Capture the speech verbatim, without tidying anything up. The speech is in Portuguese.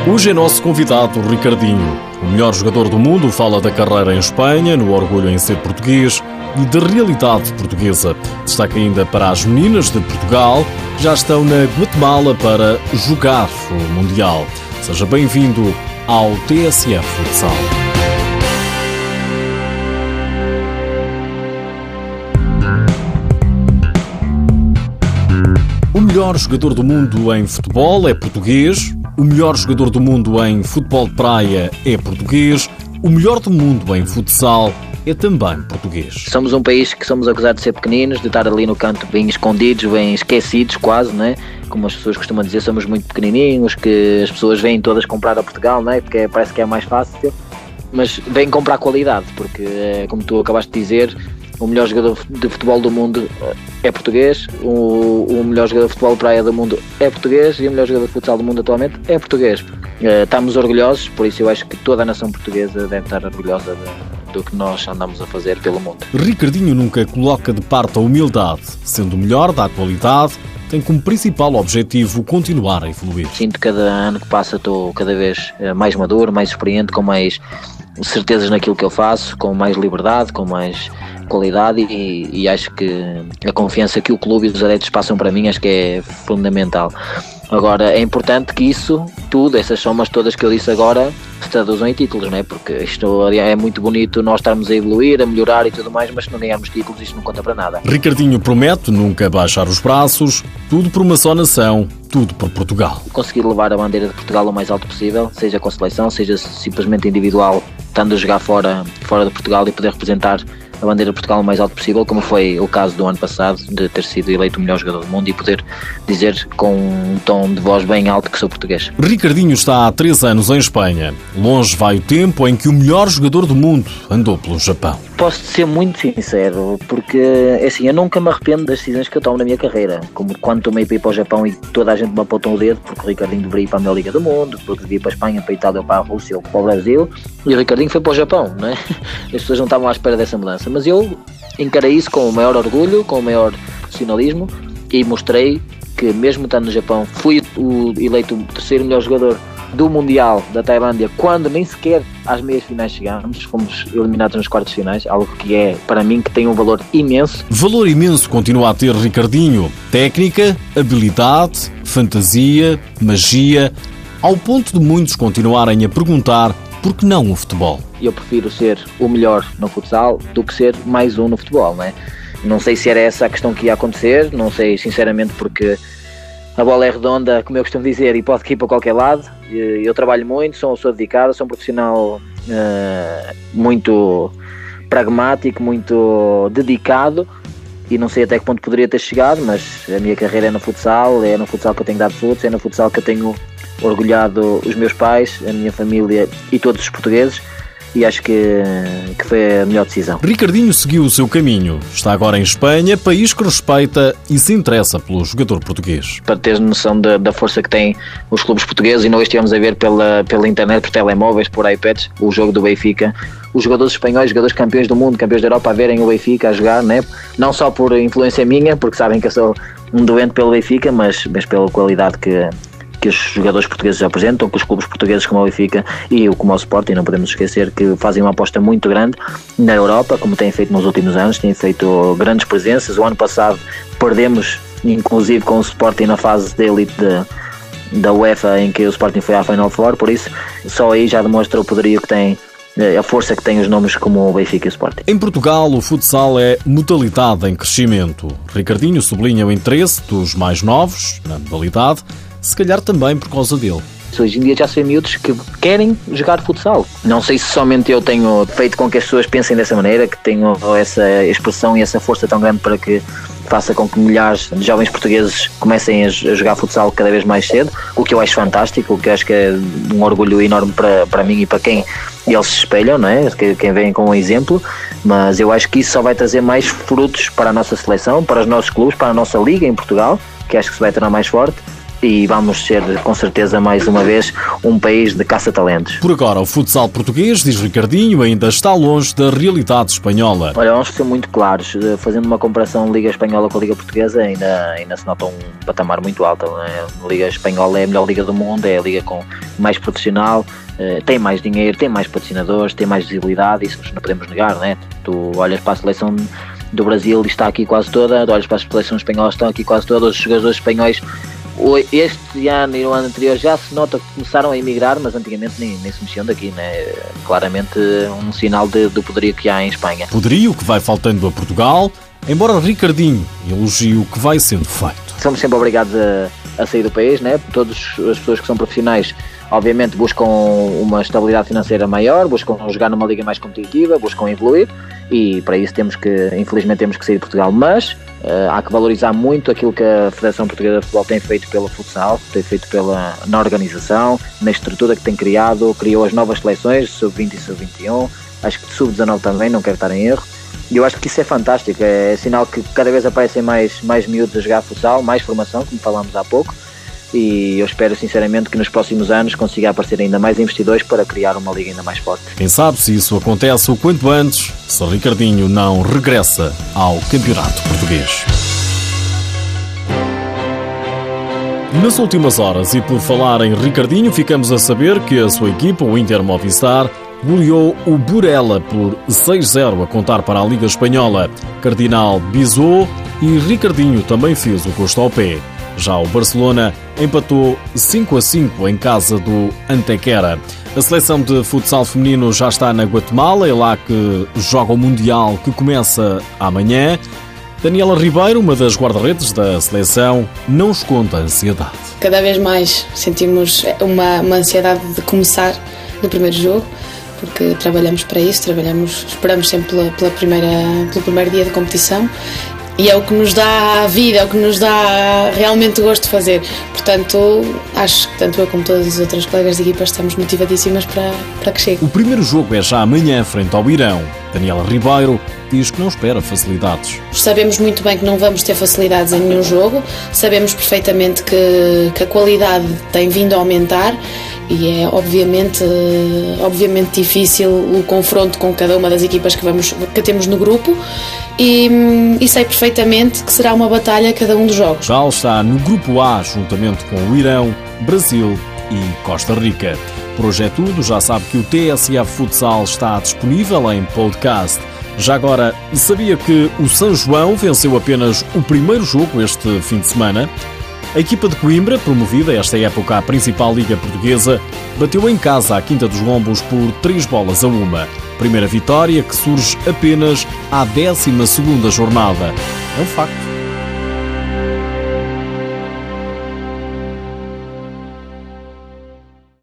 Hoje é nosso convidado o Ricardinho. O melhor jogador do mundo fala da carreira em Espanha, no orgulho em ser português e da realidade portuguesa. Destaca ainda para as meninas de Portugal, que já estão na Guatemala para jogar o Mundial. Seja bem-vindo ao T S F Futsal. O melhor jogador do mundo em futebol é português. O melhor jogador do mundo em futebol de praia é português. O melhor do mundo em futsal é também português. Somos um país que somos acusados de ser pequeninos, de estar ali no canto bem escondidos, bem esquecidos quase, né? Como as pessoas costumam dizer, somos muito pequenininhos, que as pessoas vêm todas comprar a Portugal, né? Porque parece que é mais fácil, mas vêm comprar qualidade, porque como tu acabaste de dizer, o melhor jogador de futebol do mundo é português, o, o melhor jogador de futebol de praia do mundo é português e o melhor jogador de futsal do mundo atualmente é português. Uh, estamos orgulhosos, por isso eu acho que toda a nação portuguesa deve estar orgulhosa de, do que nós andamos a fazer pelo mundo. Ricardinho nunca coloca de parte a humildade, sendo o melhor da atualidade, tem como principal objetivo continuar a evoluir. Sinto que cada ano que passa estou cada vez mais maduro, mais experiente, com mais certezas naquilo que eu faço, com mais liberdade, com mais qualidade e, e acho que a confiança que o clube e os adeptos passam para mim acho que é fundamental. Agora é importante que isso tudo, essas somas todas que eu disse agora, se traduzam em títulos, não é? Porque isto é muito bonito nós estarmos a evoluir, a melhorar e tudo mais, mas se não ganharmos títulos isto não conta para nada. Ricardinho promete nunca baixar os braços, tudo por uma só nação, tudo por Portugal. Conseguir levar a bandeira de Portugal o mais alto possível, seja com seleção, seja simplesmente individual, estando a jogar fora, fora de Portugal e poder representar a bandeira de Portugal o mais alto possível, como foi o caso do ano passado, de ter sido eleito o melhor jogador do mundo e poder dizer com um tom de voz bem alto que sou português. Ricardinho está há três anos em Espanha. Longe vai o tempo em que o melhor jogador do mundo andou pelo Japão. Posso ser muito sincero, porque assim, eu nunca me arrependo das decisões que eu tomo na minha carreira, como quando tomei para ir para o Japão e toda a gente me apontou o dedo, porque o Ricardinho deveria ir para a melhor liga do mundo, porque devia ir para a Espanha, para a Itália, para a Rússia ou para o Brasil, e o Ricardinho foi para o Japão, não é? As pessoas não estavam à espera dessa mudança, mas eu encarei isso com o maior orgulho, com o maior profissionalismo e mostrei que mesmo estando no Japão fui o eleito o terceiro melhor jogador do Mundial da Tailândia, quando nem sequer às meias finais chegámos, fomos eliminados nos quartos finais, algo que é, para mim, que tem um valor imenso. Valor imenso continua a ter Ricardinho. Técnica, habilidade, fantasia, magia, ao ponto de muitos continuarem a perguntar por que não o futebol. Eu prefiro ser o melhor no futsal do que ser mais um no futebol, não é? Não sei se era essa a questão que ia acontecer, não sei sinceramente, porque a bola é redonda, como eu costumo dizer, e pode ir para qualquer lado. Eu trabalho muito, sou, sou dedicado, sou um profissional uh, muito pragmático, muito dedicado e não sei até que ponto poderia ter chegado, mas a minha carreira é no futsal, é no futsal que eu tenho dado frutos, é no futsal que eu tenho orgulhado os meus pais, a minha família e todos os portugueses. E acho que, que foi a melhor decisão. Ricardinho seguiu o seu caminho. Está agora em Espanha, país que respeita e se interessa pelo jogador português. Para teres noção da, da força que têm os clubes portugueses, e nós estivemos a ver pela, pela internet, por telemóveis, por iPads, o jogo do Benfica. Os jogadores espanhóis, jogadores campeões do mundo, campeões da Europa, a verem o Benfica a jogar, né? Não só por influência minha, porque sabem que eu sou um doente pelo Benfica, mas, mas pela qualidade que... que os jogadores portugueses apresentam, que os clubes portugueses como o Benfica e o como o Sporting, não podemos esquecer que fazem uma aposta muito grande na Europa, como têm feito nos últimos anos, têm feito grandes presenças. O ano passado perdemos inclusive com o Sporting na fase de elite de, da UEFA, em que o Sporting foi à Final Four, por isso só aí já demonstra o poderio que tem, a força que têm os nomes como o Benfica e o Sporting. Em Portugal, o futsal é modalidade em crescimento. Ricardinho sublinha o interesse dos mais novos na modalidade, se calhar também por causa dele. Hoje em dia já se vê miúdos que querem jogar futsal. Não sei se somente eu tenho feito com que as pessoas pensem dessa maneira, que tenho essa expressão e essa força tão grande para que faça com que milhares de jovens portugueses comecem a jogar futsal cada vez mais cedo, o que eu acho fantástico, o que eu acho que é um orgulho enorme para, para mim e para quem eles se espelham, não é? Quem vem com um exemplo, mas eu acho que isso só vai trazer mais frutos para a nossa seleção, para os nossos clubes, para a nossa liga em Portugal, que acho que se vai tornar mais forte. e vamos ser com certeza mais uma vez um país de caça-talentos. Por agora, o futsal português, diz Ricardinho, ainda está longe da realidade espanhola. Olha, vamos ser muito claros, fazendo uma comparação Liga Espanhola com a Liga Portuguesa, ainda, ainda se nota um patamar muito alto. A Liga Espanhola é a melhor liga do mundo, é a liga com mais profissional, tem mais dinheiro, tem mais patrocinadores, tem mais visibilidade, isso não podemos negar, né? Tu olhas para a seleção do Brasil e está aqui quase toda, tu olhas para a seleção espanhola, estão aqui quase todos, os jogadores espanhóis este ano e o ano anterior já se nota que começaram a emigrar, mas antigamente nem, nem se mexiam daqui, né? Claramente um sinal de, do poderio que há em Espanha. Poderio que vai faltando a Portugal, embora Ricardinho elogie o que vai sendo feito. Somos sempre obrigados a, a sair do país, né? Todas as pessoas que são profissionais obviamente buscam uma estabilidade financeira maior, buscam jogar numa liga mais competitiva, buscam evoluir, e para isso temos que, infelizmente temos que sair de Portugal, mas uh, há que valorizar muito aquilo que a Federação Portuguesa de Futebol tem feito pelo futsal, tem feito pela, na organização, na estrutura que tem criado, criou as novas seleções, sub vinte e sub vinte e um, acho que sub dezanove também, não quero estar em erro, e eu acho que isso é fantástico, é, é sinal que cada vez aparecem mais, mais miúdos a jogar futsal, mais formação, como falámos há pouco, e eu espero sinceramente que nos próximos anos consiga aparecer ainda mais investidores para criar uma liga ainda mais forte. Quem sabe se isso acontece o quanto antes, se Ricardinho não regressa ao Campeonato Português. Nas últimas horas, e por falar em Ricardinho, ficamos a saber que a sua equipa, o Inter Movistar, goleou o Burela por seis a zero a contar para a Liga Espanhola. Cardinal bisou e Ricardinho também fez o gosto ao pé. Já o Barcelona empatou cinco a cinco em casa do Antequera. A seleção de futsal feminino já está na Guatemala, é lá que joga o Mundial, que começa amanhã. Daniela Ribeiro, uma das guarda-redes da seleção, não esconde a ansiedade. Cada vez mais sentimos uma, uma ansiedade de começar no primeiro jogo, porque trabalhamos para isso, trabalhamos, esperamos sempre pela, pela primeira, pelo primeiro dia de competição. E é o que nos dá a vida, é o que nos dá realmente o gosto de fazer. Portanto, acho que tanto eu como todas as outras colegas de equipa estamos motivadíssimas para, para que chegue. O primeiro jogo é já amanhã, frente ao Irão. Daniela Ribeiro diz que não espera facilidades. Sabemos muito bem que não vamos ter facilidades em nenhum jogo. Sabemos perfeitamente que, que a qualidade tem vindo a aumentar. E é obviamente, obviamente difícil o confronto com cada uma das equipas que, vamos, que temos no grupo e, e sei perfeitamente que será uma batalha cada um dos jogos. Portugal está no grupo A, juntamente com o Irão, Brasil e Costa Rica. Por hoje é tudo, já sabe que o T S F Futsal está disponível em podcast. Já agora, sabia que o São João venceu apenas o primeiro jogo este fim de semana? A equipa de Coimbra, promovida esta época à principal liga portuguesa, bateu em casa à Quinta dos Lombos por três bolas a uma. Primeira vitória que surge apenas à décima segunda jornada. É um facto.